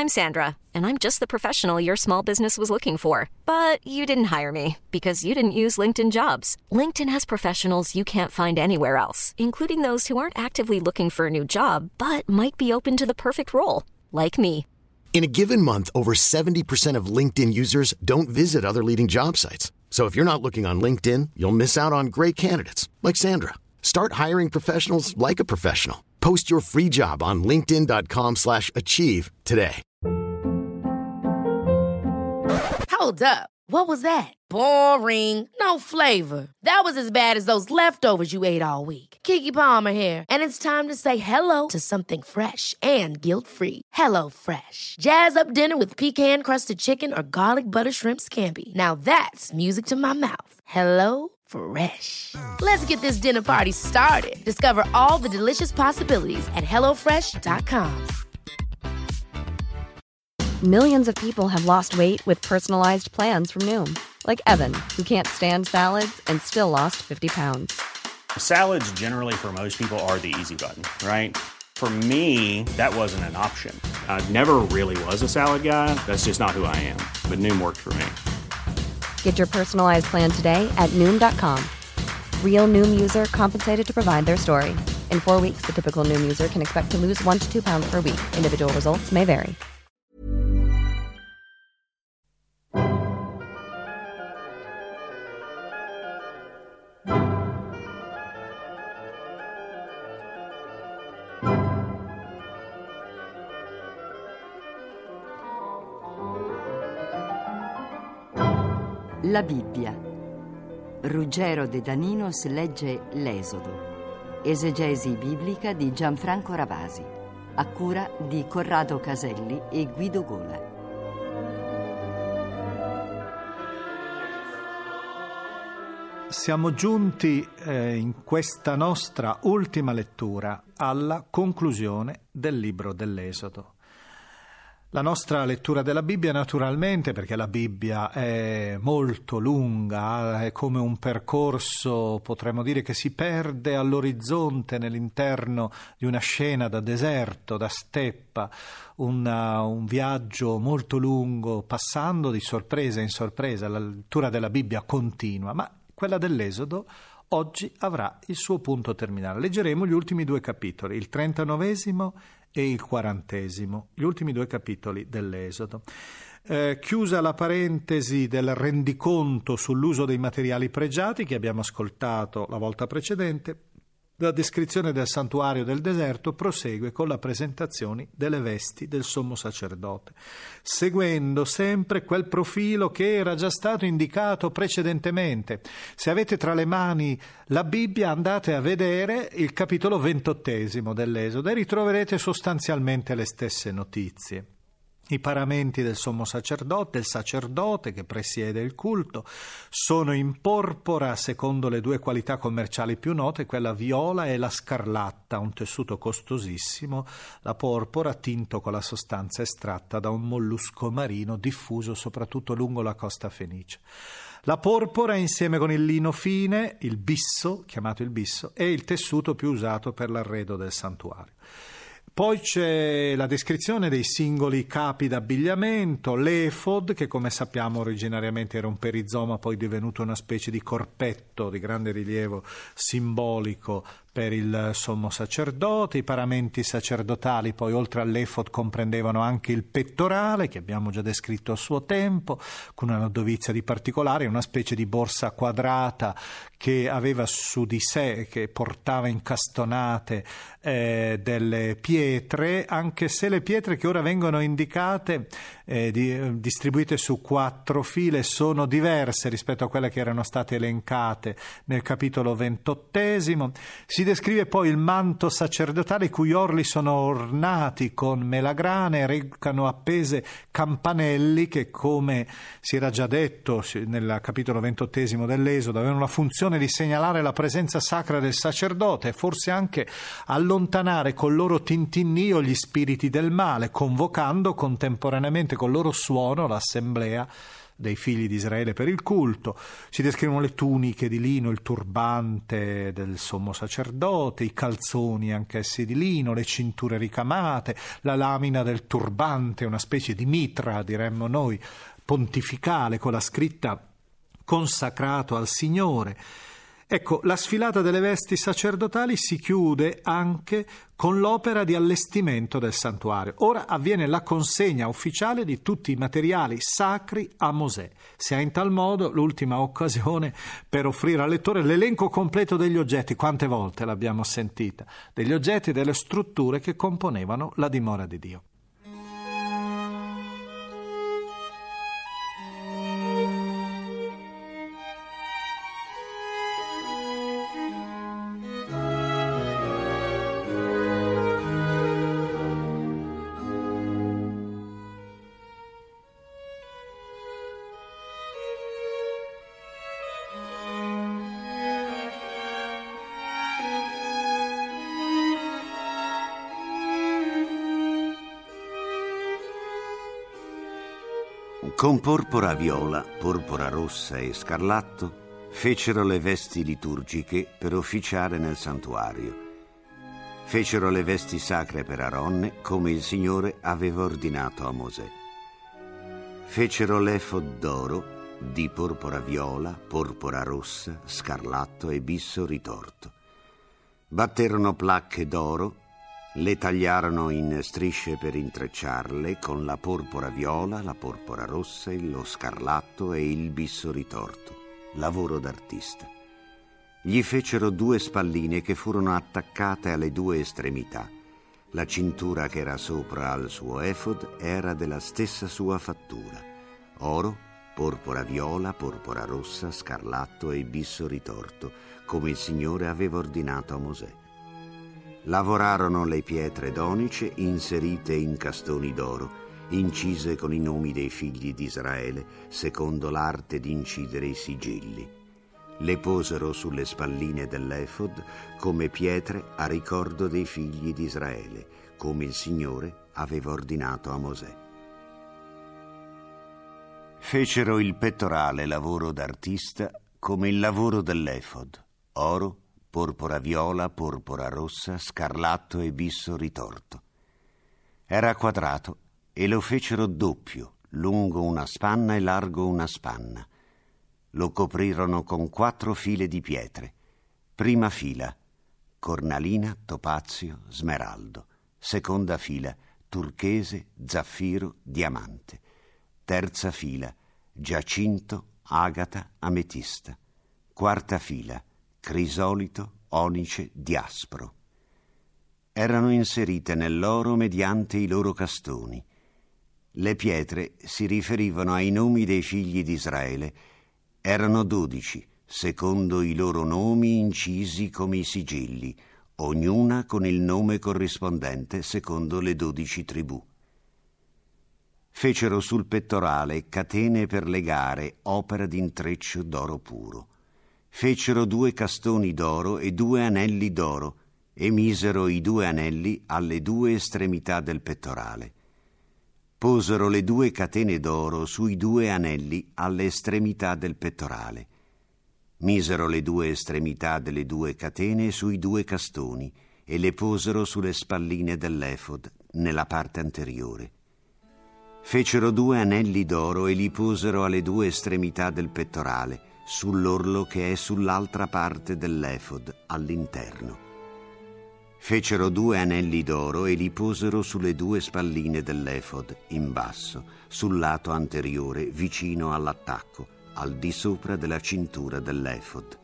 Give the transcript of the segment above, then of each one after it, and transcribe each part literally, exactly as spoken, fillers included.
I'm Sandra, and I'm just the professional your small business was looking for. But you didn't hire me because you didn't use LinkedIn Jobs. LinkedIn has professionals you can't find anywhere else, including those who aren't actively looking for a new job, but might be open to the perfect role, like me. In a given month, over seventy percent of LinkedIn users don't visit other leading job sites. So if you're not looking on LinkedIn, you'll miss out on great candidates like Sandra. Start hiring professionals like a professional. Post your free job on linkedin.com slash achieve today. Hold up. What was that? Boring. No flavor. That was as bad as those leftovers you ate all week. Keke Palmer here, and it's time to say hello to something fresh and guilt-free. Hello Fresh. Jazz up dinner with pecan-crusted chicken or garlic butter shrimp scampi. Now that's music to my mouth. Hello Fresh. Let's get this dinner party started. Discover all the delicious possibilities at hello fresh dot com. Millions of people have lost weight with personalized plans from Noom. Like Evan, who can't stand salads and still lost fifty pounds. Salads generally for most people are the easy button, right? For me, that wasn't an option. I never really was a salad guy. That's just not who I am. But Noom worked for me. Get your personalized plan today at Noom dot com. Real Noom user compensated to provide their story. In four weeks, the typical Noom user can expect to lose one to two pounds per week. Individual results may vary. La Bibbia. Ruggero De Daninos legge L'Esodo. Esegesi biblica di Gianfranco Ravasi. A cura di Corrado Caselli e Guido Gola. Siamo giunti eh, in questa nostra ultima lettura alla conclusione del libro dell'Esodo. La nostra lettura della Bibbia, naturalmente, perché la Bibbia è molto lunga, è come un percorso, potremmo dire, che si perde all'orizzonte nell'interno di una scena da deserto, da steppa, una, un viaggio molto lungo, passando di sorpresa in sorpresa. La lettura della Bibbia continua, ma quella dell'Esodo oggi avrà il suo punto terminale. Leggeremo gli ultimi due capitoli, il trentanovesimo e il quarantesimo, gli ultimi due capitoli dell'Esodo. Eh, chiusa la parentesi del rendiconto sull'uso dei materiali pregiati che abbiamo ascoltato la volta precedente, la descrizione del santuario del deserto prosegue con la presentazione delle vesti del sommo sacerdote, seguendo sempre quel profilo che era già stato indicato precedentemente. Se avete tra le mani la Bibbia, andate a vedere il capitolo ventottesimo dell'Esodo e ritroverete sostanzialmente le stesse notizie. I paramenti del sommo sacerdote, del sacerdote che presiede il culto, sono in porpora secondo le due qualità commerciali più note, quella viola e la scarlatta, un tessuto costosissimo, la porpora tinto con la sostanza estratta da un mollusco marino diffuso soprattutto lungo la costa fenicia. La porpora insieme con il lino fine, il bisso, chiamato il bisso, è il tessuto più usato per l'arredo del santuario. Poi c'è la descrizione dei singoli capi d'abbigliamento, l'efod, che come sappiamo originariamente era un perizoma, poi divenuto una specie di corpetto di grande rilievo simbolico per il sommo sacerdote. I paramenti sacerdotali poi oltre all'efod comprendevano anche il pettorale, che abbiamo già descritto a suo tempo, con una dovizia di particolare, una specie di borsa quadrata che aveva su di sé, che portava incastonate eh, delle pietre, anche se le pietre che ora vengono indicate, eh, di, distribuite su quattro file, sono diverse rispetto a quelle che erano state elencate nel capitolo ventottesimo. Si descrive poi il manto sacerdotale, i cui orli sono ornati con melagrane e recano appese campanelli che, come si era già detto nel capitolo ventottesimo dell'Esodo, avevano la funzione di segnalare la presenza sacra del sacerdote e forse anche allontanare col loro tintinnio gli spiriti del male, convocando contemporaneamente col loro suono l'assemblea dei figli di Israele per il culto. Si descrivono le tuniche di lino, il turbante del sommo sacerdote, i calzoni anch'essi di lino, le cinture ricamate, la lamina del turbante, una specie di mitra, diremmo noi, pontificale, con la scritta consacrato al Signore. Ecco, la sfilata delle vesti sacerdotali si chiude anche con l'opera di allestimento del santuario. Ora avviene la consegna ufficiale di tutti i materiali sacri a Mosè. Si ha in tal modo l'ultima occasione per offrire al lettore l'elenco completo degli oggetti, quante volte l'abbiamo sentita, degli oggetti e delle strutture che componevano la dimora di Dio. Con porpora viola, porpora rossa e scarlatto fecero le vesti liturgiche per officiare nel santuario. Fecero le vesti sacre per Aronne come il Signore aveva ordinato a Mosè. Fecero l'efod d'oro di porpora viola, porpora rossa, scarlatto e bisso ritorto. Batterono placche d'oro, le tagliarono in strisce per intrecciarle con la porpora viola, la porpora rossa, lo scarlatto e il bisso ritorto, lavoro d'artista. Gli fecero due spalline che furono attaccate alle due estremità. La cintura che era sopra al suo efod era della stessa sua fattura: oro, porpora viola, porpora rossa, scarlatto e bisso ritorto, come il Signore aveva ordinato a Mosè. Lavorarono le pietre d'onice inserite in castoni d'oro, incise con i nomi dei figli di Israele, secondo l'arte di incidere i sigilli. Le posero sulle spalline dell'efod come pietre a ricordo dei figli di Israele, come il Signore aveva ordinato a Mosè. Fecero il pettorale lavoro d'artista come il lavoro dell'efod: oro, porpora viola, porpora rossa, scarlatto e bisso ritorto. Era quadrato e lo fecero doppio, lungo una spanna e largo una spanna. Lo coprirono con quattro file di pietre. Prima fila, cornalina, topazio, smeraldo. Seconda fila, turchese, zaffiro, diamante. Terza fila, giacinto, agata, ametista. Quarta fila, crisolito, onice, diaspro. Erano inserite nell'oro mediante i loro castoni. Le pietre si riferivano ai nomi dei figli di Israele. Erano dodici, secondo i loro nomi incisi come i sigilli, ognuna con il nome corrispondente secondo le dodici tribù. Fecero sul pettorale catene per legare, opera d'intreccio d'oro puro. Fecero due castoni d'oro e due anelli d'oro e misero i due anelli alle due estremità del pettorale. Posero le due catene d'oro sui due anelli alle estremità del pettorale. Misero le due estremità delle due catene sui due castoni e le posero sulle spalline dell'efod nella parte anteriore. Fecero due anelli d'oro e li posero alle due estremità del pettorale, sull'orlo che è sull'altra parte dell'efod, all'interno. Fecero due anelli d'oro e li posero sulle due spalline dell'efod, in basso, sul lato anteriore, vicino all'attacco, al di sopra della cintura dell'efod.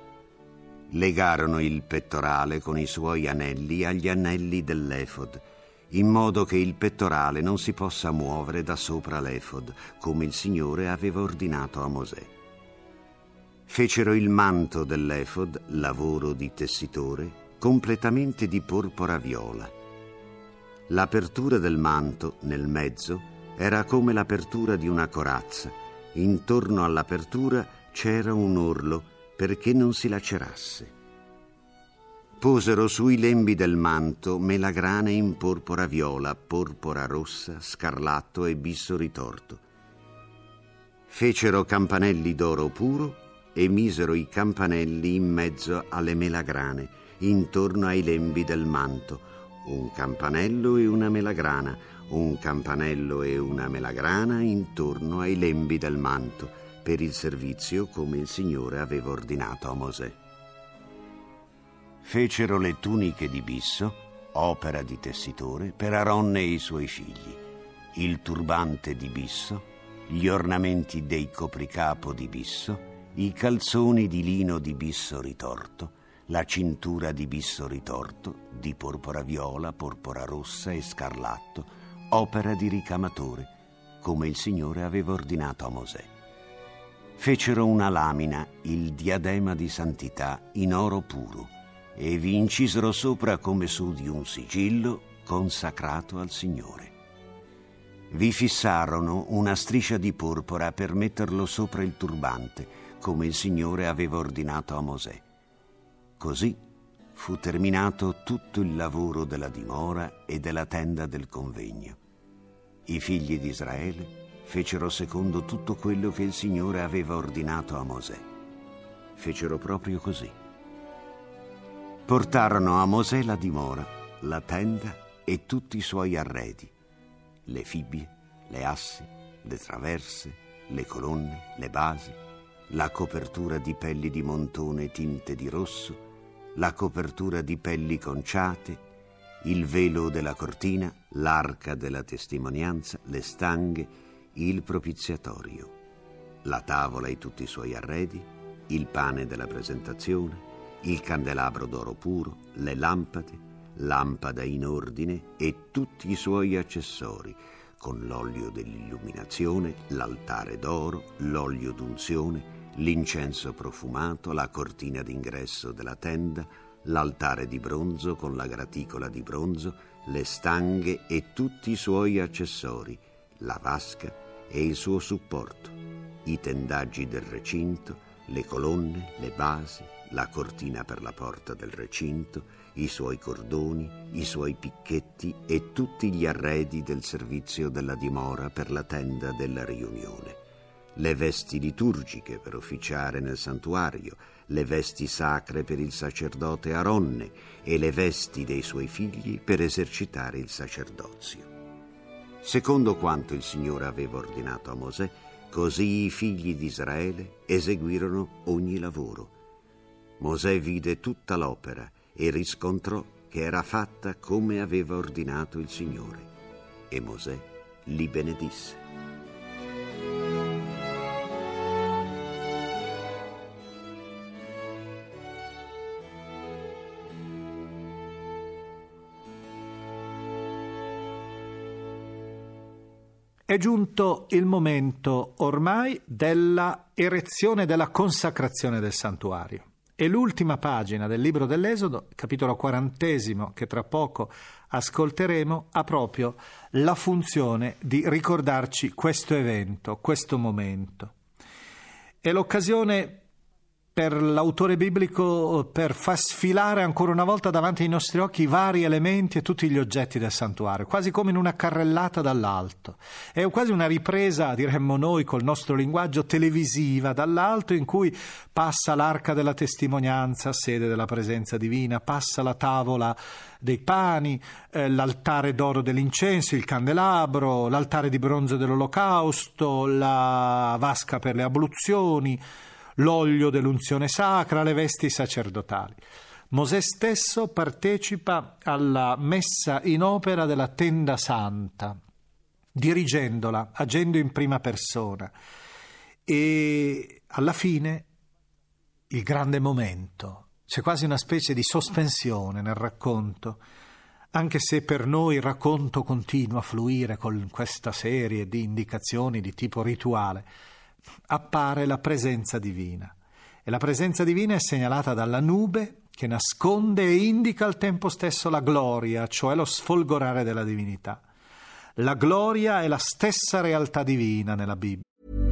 Legarono il pettorale con i suoi anelli agli anelli dell'efod, in modo che il pettorale non si possa muovere da sopra l'efod, come il Signore aveva ordinato a Mosè. Fecero il manto dell'efod, lavoro di tessitore, completamente di porpora viola. L'apertura del manto, nel mezzo, era come l'apertura di una corazza. Intorno all'apertura c'era un orlo perché non si lacerasse. Posero sui lembi del manto melagrane in porpora viola, porpora rossa, scarlatto e bisso ritorto. Fecero campanelli d'oro puro e misero i campanelli in mezzo alle melagrane, intorno ai lembi del manto, un campanello e una melagrana, un campanello e una melagrana intorno ai lembi del manto, per il servizio come il Signore aveva ordinato a Mosè. Fecero le tuniche di bisso, opera di tessitore, per Aronne e i suoi figli, il turbante di bisso, gli ornamenti dei copricapo di bisso, i calzoni di lino di bisso ritorto, la cintura di bisso ritorto, di porpora viola, porpora rossa e scarlatto, opera di ricamatore, come il Signore aveva ordinato a Mosè. Fecero una lamina, il diadema di santità, in oro puro, e vi incisero sopra come su di un sigillo consacrato al Signore. Vi fissarono una striscia di porpora per metterlo sopra il turbante, come il Signore aveva ordinato a Mosè. Così fu terminato tutto il lavoro della dimora e della tenda del convegno. I figli di Israele fecero secondo tutto quello che il Signore aveva ordinato a Mosè. Fecero proprio così. Portarono a Mosè la dimora, la tenda e tutti i suoi arredi, le fibbie, le assi, le traverse, le colonne, le basi, la copertura di pelli di montone tinte di rosso, la copertura di pelli conciate, il velo della cortina, l'arca della testimonianza, le stanghe, il propiziatorio, la tavola e tutti i suoi arredi, il pane della presentazione, il candelabro d'oro puro, le lampade, lampada in ordine e tutti i suoi accessori, con l'olio dell'illuminazione, l'altare d'oro, l'olio d'unzione, l'incenso profumato, la cortina d'ingresso della tenda, l'altare di bronzo con la graticola di bronzo, le stanghe e tutti i suoi accessori, la vasca e il suo supporto, i tendaggi del recinto, le colonne, le basi, la cortina per la porta del recinto, i suoi cordoni, i suoi picchetti e tutti gli arredi del servizio della dimora per la tenda della riunione, le vesti liturgiche per officiare nel santuario, le vesti sacre per il sacerdote Aronne e le vesti dei suoi figli per esercitare il sacerdozio. Secondo quanto il Signore aveva ordinato a Mosè, così i figli di Israele eseguirono ogni lavoro. Mosè vide tutta l'opera e riscontrò che era fatta come aveva ordinato il Signore, e Mosè li benedisse. È giunto il momento ormai della erezione, della consacrazione del santuario. E l'ultima pagina del libro dell'Esodo, capitolo quarantesimo, che tra poco ascolteremo, ha proprio la funzione di ricordarci questo evento, questo momento. È l'occasione per l'autore biblico per far sfilare ancora una volta davanti ai nostri occhi i vari elementi e tutti gli oggetti del santuario, quasi come in una carrellata dall'alto. È quasi una ripresa, diremmo noi col nostro linguaggio, televisiva dall'alto, in cui passa l'arca della testimonianza, sede della presenza divina, passa la tavola dei pani, eh, l'altare d'oro dell'incenso, il candelabro, l'altare di bronzo dell'olocausto, la vasca per le abluzioni, l'olio dell'unzione sacra, le vesti sacerdotali. Mosè stesso partecipa alla messa in opera della tenda santa, dirigendola, agendo in prima persona. E alla fine il grande momento. C'è quasi una specie di sospensione nel racconto, anche se per noi il racconto continua a fluire con questa serie di indicazioni di tipo rituale. Appare la presenza divina, e la presenza divina è segnalata dalla nube che nasconde e indica al tempo stesso la gloria, cioè lo sfolgorare della divinità. La gloria è la stessa realtà divina nella Bibbia.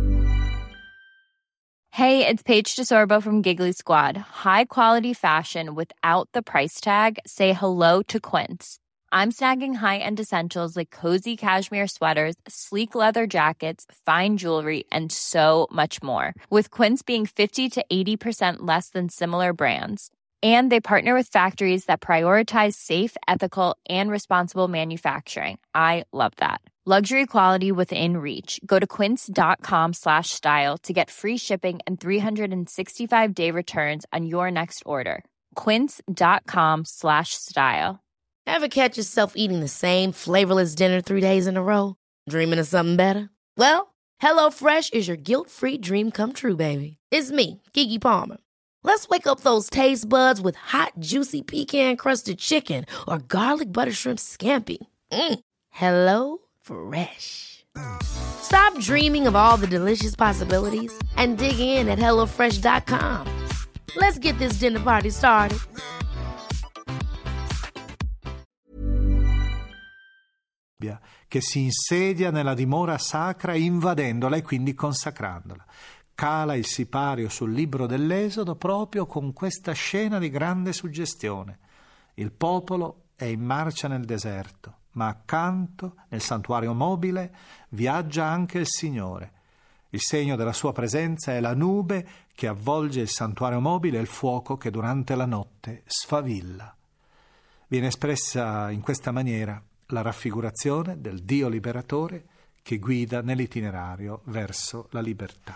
Hey, it's Paige DeSorbo from Giggly Squad. High quality fashion without the price tag. Say hello to Quince. I'm snagging high-end essentials like cozy cashmere sweaters, sleek leather jackets, fine jewelry, and so much more. With Quince being fifty to eighty percent less than similar brands. And they partner with factories that prioritize safe, ethical, and responsible manufacturing. I love that. Luxury quality within reach. Go to quince.com slash style to get free shipping and three sixty-five day returns on your next order. Quince.com slash style. Ever catch yourself eating the same flavorless dinner three days in a row? Dreaming of something better? Well, HelloFresh is your guilt-free dream come true, baby. It's me, Keke Palmer. Let's wake up those taste buds with hot, juicy pecan-crusted chicken or garlic butter shrimp scampi. Mm. Hello Fresh. Stop dreaming of all the delicious possibilities and dig in at hello fresh dot com. Let's get this dinner party started. Che si insedia nella dimora sacra invadendola e quindi consacrandola. Cala il sipario sul libro dell'Esodo proprio con questa scena di grande suggestione. Il popolo è in marcia nel deserto, ma accanto, nel santuario mobile, viaggia anche il Signore. Il segno della sua presenza è la nube che avvolge il santuario mobile e il fuoco che durante la notte sfavilla. Viene espressa in questa maniera la raffigurazione del Dio liberatore che guida nell'itinerario verso la libertà.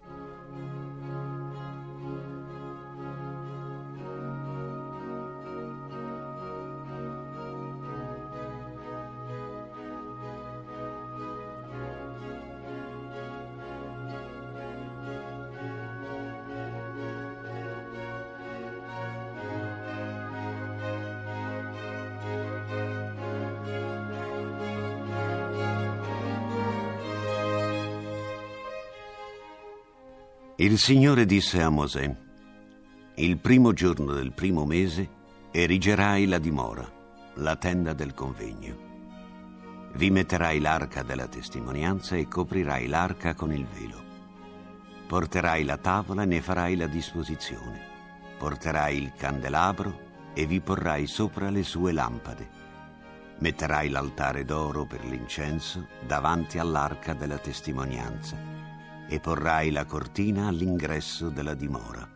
Il Signore disse a Mosè: il primo giorno del primo mese erigerai la dimora, la tenda del convegno. Vi metterai l'arca della testimonianza e coprirai l'arca con il velo. Porterai la tavola e ne farai la disposizione. Porterai il candelabro e vi porrai sopra le sue lampade. Metterai l'altare d'oro per l'incenso davanti all'arca della testimonianza e porrai la cortina all'ingresso della dimora.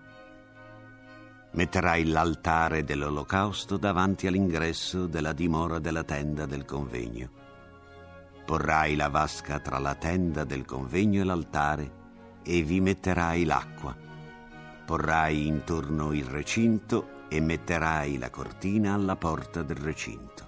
Metterai l'altare dell'olocausto davanti all'ingresso della dimora della tenda del convegno. Porrai la vasca tra la tenda del convegno e l'altare e vi metterai l'acqua. Porrai intorno il recinto e metterai la cortina alla porta del recinto.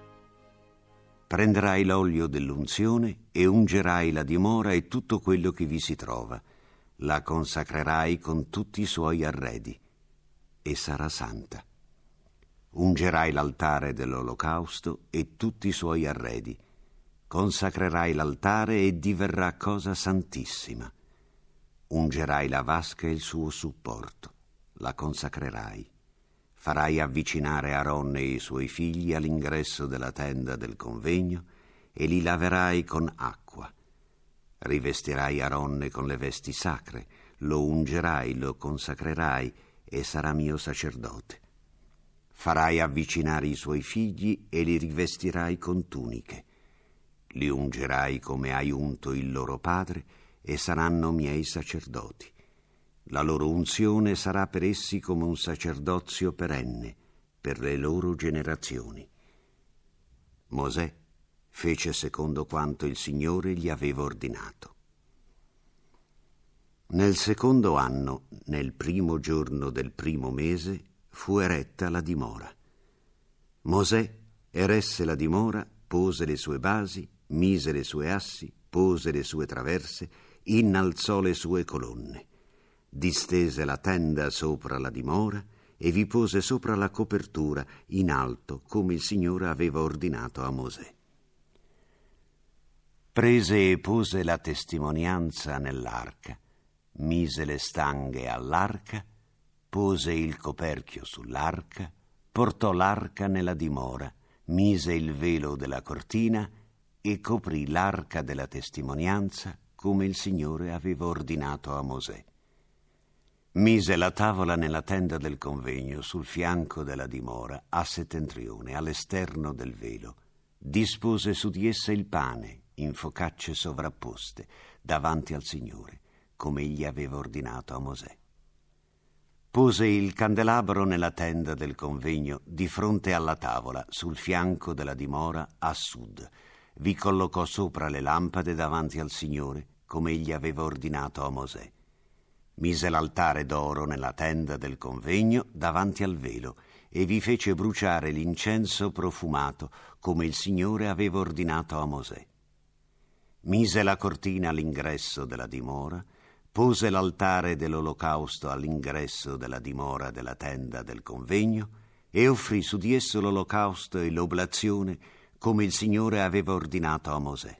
Prenderai l'olio dell'unzione e ungerai la dimora e tutto quello che vi si trova. La consacrerai con tutti i suoi arredi e sarà santa. Ungerai l'altare dell'olocausto e tutti i suoi arredi. Consacrerai l'altare e diverrà cosa santissima. Ungerai la vasca e il suo supporto. La consacrerai. Farai avvicinare Aaron e i suoi figli all'ingresso della tenda del convegno e li laverai con acqua. Rivestirai Aaron con le vesti sacre, lo ungerai, lo consacrerai e sarà mio sacerdote. Farai avvicinare i suoi figli e li rivestirai con tuniche. Li ungerai come hai unto il loro padre e saranno miei sacerdoti. La loro unzione sarà per essi come un sacerdozio perenne, per le loro generazioni. Mosè fece secondo quanto il Signore gli aveva ordinato. Nel secondo anno, nel primo giorno del primo mese, fu eretta la dimora. Mosè eresse la dimora, pose le sue basi, mise le sue assi, pose le sue traverse, innalzò le sue colonne. Distese la tenda sopra la dimora e vi pose sopra la copertura in alto come il Signore aveva ordinato a Mosè. Prese e pose la testimonianza nell'arca, mise le stanghe all'arca, pose il coperchio sull'arca, portò l'arca nella dimora, mise il velo della cortina e coprì l'arca della testimonianza come il Signore aveva ordinato a Mosè. Mise la tavola nella tenda del convegno sul fianco della dimora, a settentrione, all'esterno del velo. Dispose su di essa il pane, in focacce sovrapposte, davanti al Signore, come egli aveva ordinato a Mosè. Pose il candelabro nella tenda del convegno, di fronte alla tavola, sul fianco della dimora, a sud. Vi collocò sopra le lampade davanti al Signore, come egli aveva ordinato a Mosè. Mise l'altare d'oro nella tenda del convegno davanti al velo e vi fece bruciare l'incenso profumato come il Signore aveva ordinato a Mosè. Mise la cortina all'ingresso della dimora, pose l'altare dell'olocausto all'ingresso della dimora della tenda del convegno e offrì su di esso l'olocausto e l'oblazione come il Signore aveva ordinato a Mosè.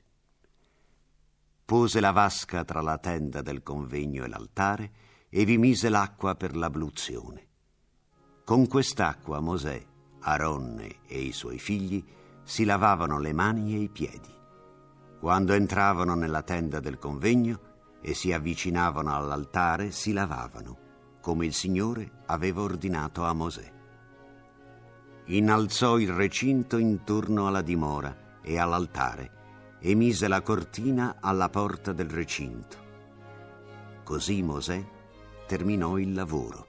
Pose la vasca tra la tenda del convegno e l'altare e vi mise l'acqua per l'abluzione. Con quest'acqua Mosè, Aronne e i suoi figli si lavavano le mani e i piedi. Quando entravano nella tenda del convegno e si avvicinavano all'altare si lavavano, come il Signore aveva ordinato a Mosè. Innalzò il recinto intorno alla dimora e all'altare e mise la cortina alla porta del recinto. Così Mosè terminò il lavoro.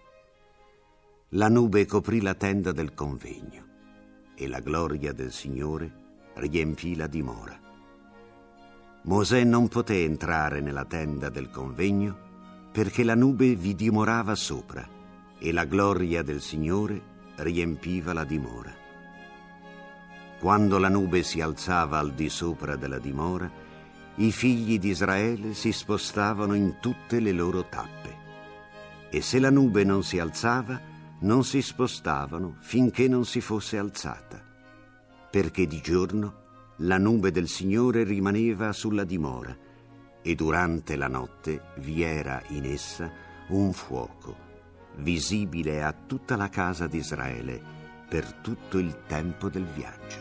La nube coprì la tenda del convegno e la gloria del Signore riempì la dimora. Mosè non poté entrare nella tenda del convegno perché la nube vi dimorava sopra e la gloria del Signore riempiva la dimora. Quando la nube si alzava al di sopra della dimora, i figli di Israele si spostavano in tutte le loro tappe. E se la nube non si alzava, non si spostavano finché non si fosse alzata, perché di giorno la nube del Signore rimaneva sulla dimora e durante la notte vi era in essa un fuoco, visibile a tutta la casa di Israele per tutto il tempo del viaggio.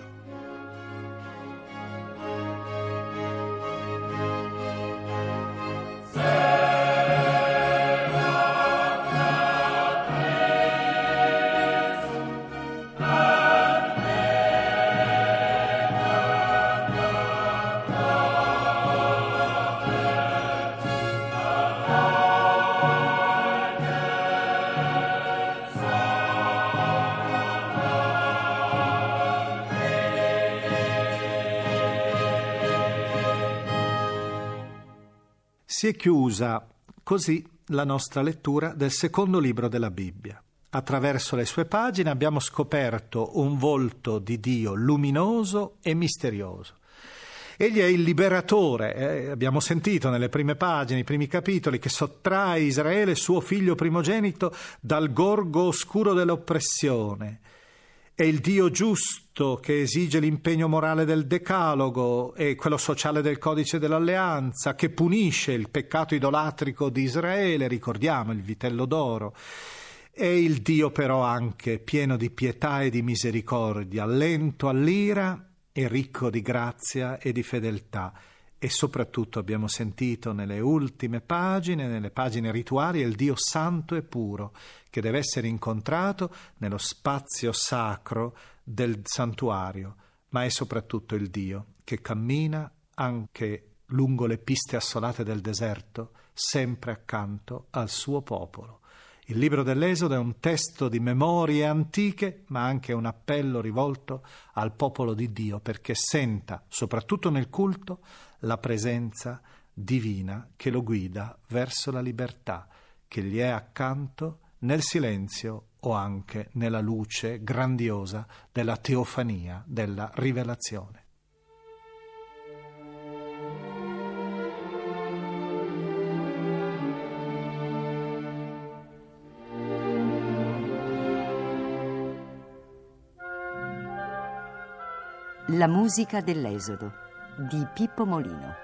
Si è chiusa così la nostra lettura del secondo libro della Bibbia. Attraverso le sue pagine abbiamo scoperto un volto di Dio luminoso e misterioso. Egli è il liberatore, eh, abbiamo sentito nelle prime pagine, i primi capitoli, che sottrae Israele, suo figlio primogenito, dal gorgo oscuro dell'oppressione. È il Dio giusto che esige l'impegno morale del Decalogo e quello sociale del Codice dell'Alleanza, che punisce il peccato idolatrico di Israele, ricordiamo il vitello d'oro. È il Dio però anche pieno di pietà e di misericordia, lento all'ira e ricco di grazia e di fedeltà. E soprattutto abbiamo sentito nelle ultime pagine, nelle pagine rituali, è il Dio santo e puro, che deve essere incontrato nello spazio sacro del santuario, ma è soprattutto il Dio che cammina anche lungo le piste assolate del deserto, sempre accanto al suo popolo. Il libro dell'Esodo è un testo di memorie antiche, ma anche un appello rivolto al popolo di Dio perché senta, soprattutto nel culto, la presenza divina che lo guida verso la libertà, che gli è accanto nel silenzio o anche nella luce grandiosa della teofania, della rivelazione. La musica dell'Esodo di Pippo Molino.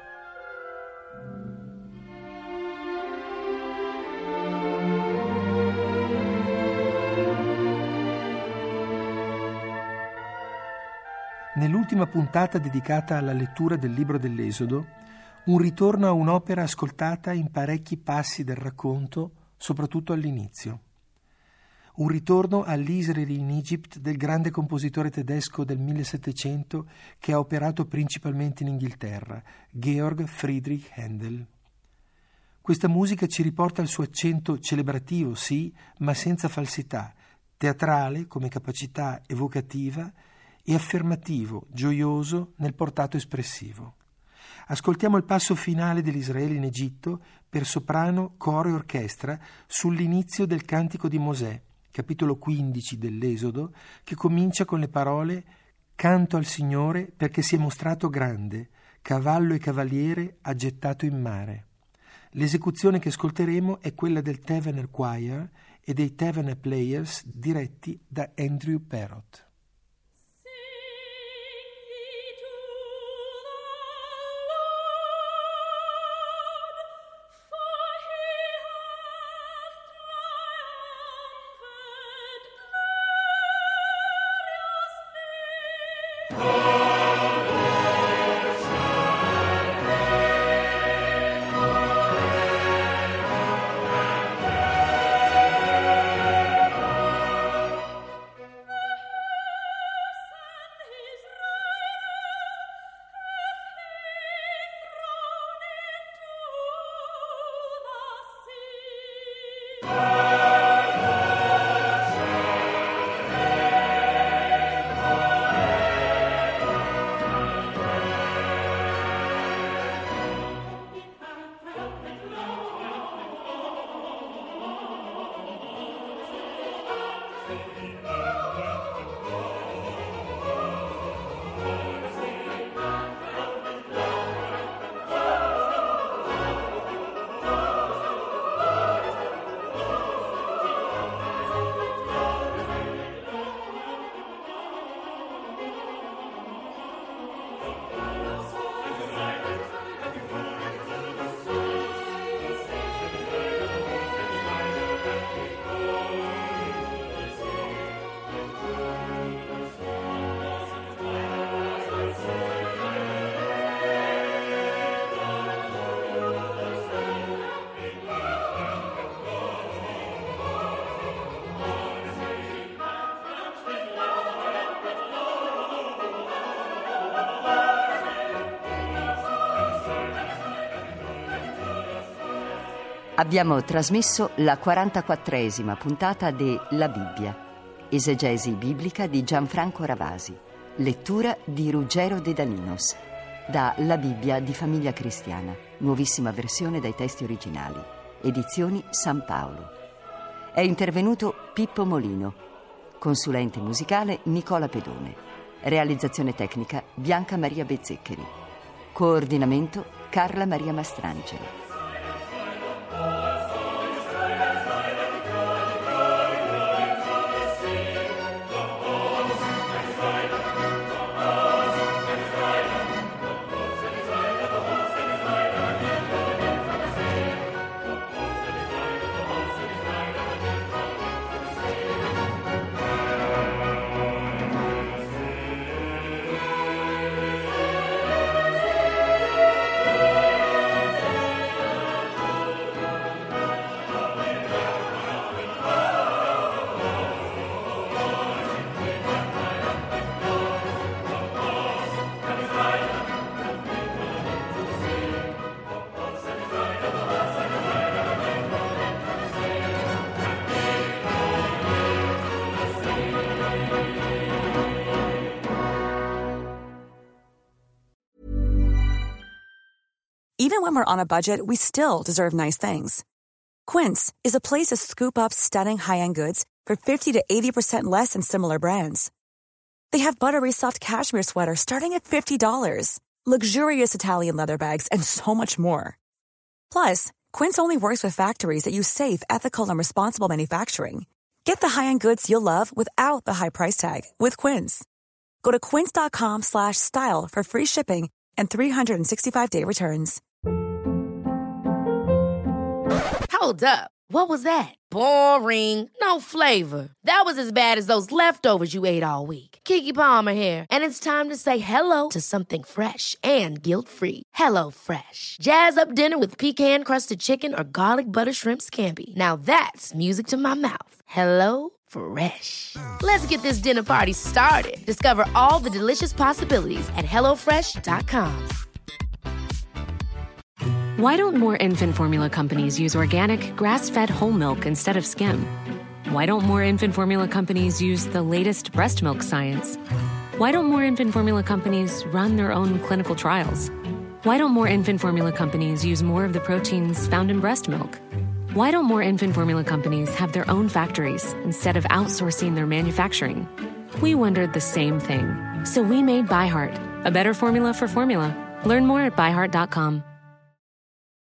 Nell'ultima puntata dedicata alla lettura del libro dell'Esodo, un ritorno a un'opera ascoltata in parecchi passi del racconto soprattutto all'inizio. Un ritorno all'Israel in Egypt del grande compositore tedesco del millesettecento che ha operato principalmente in Inghilterra, Georg Friedrich Händel. Questa musica ci riporta al suo accento celebrativo, sì, ma senza falsità, teatrale come capacità evocativa e affermativo, gioioso nel portato espressivo. Ascoltiamo il passo finale dell'Israele in Egitto per soprano, coro e orchestra sull'inizio del Cantico di Mosè, capitolo quindici dell'Esodo, che comincia con le parole «Canto al Signore perché si è mostrato grande, cavallo e cavaliere ha gettato in mare». L'esecuzione che ascolteremo è quella del Tavener Choir e dei Tavener Players diretti da Andrew Parrott. Abbiamo trasmesso la quarantaquattresima puntata de La Bibbia, esegesi biblica di Gianfranco Ravasi, lettura di Ruggero De Daninos, da La Bibbia di Famiglia Cristiana, nuovissima versione dai testi originali, edizioni San Paolo. È intervenuto Pippo Molino, consulente musicale Nicola Pedone, realizzazione tecnica Bianca Maria Bezzeccheri, coordinamento Carla Maria Mastrangelo. Even when we're on a budget, we still deserve nice things. Quince is a place to scoop up stunning high-end goods for fifty to eighty percent less than similar brands. They have buttery soft cashmere sweaters starting at fifty dollars, luxurious Italian leather bags, and so much more. Plus, Quince only works with factories that use safe, ethical, and responsible manufacturing. Get the high-end goods you'll love without the high price tag with Quince. Go to quince.com slash style for free shipping and three sixty-five day returns. Hold up. What was that? Boring. No flavor. That was as bad as those leftovers you ate all week. Keke Palmer here, and it's time to say hello to something fresh and guilt-free. Hello Fresh. Jazz up dinner with pecan-crusted chicken or garlic butter shrimp scampi. Now that's music to my mouth. Hello Fresh. Let's get this dinner party started. Discover all the delicious possibilities at hello fresh dot com. Why don't more infant formula companies use organic, grass-fed whole milk instead of skim? Why don't more infant formula companies use the latest breast milk science? Why don't more infant formula companies run their own clinical trials? Why don't more infant formula companies use more of the proteins found in breast milk? Why don't more infant formula companies have their own factories instead of outsourcing their manufacturing? We wondered the same thing. So we made ByHeart, a better formula for formula. Learn more at by heart dot com.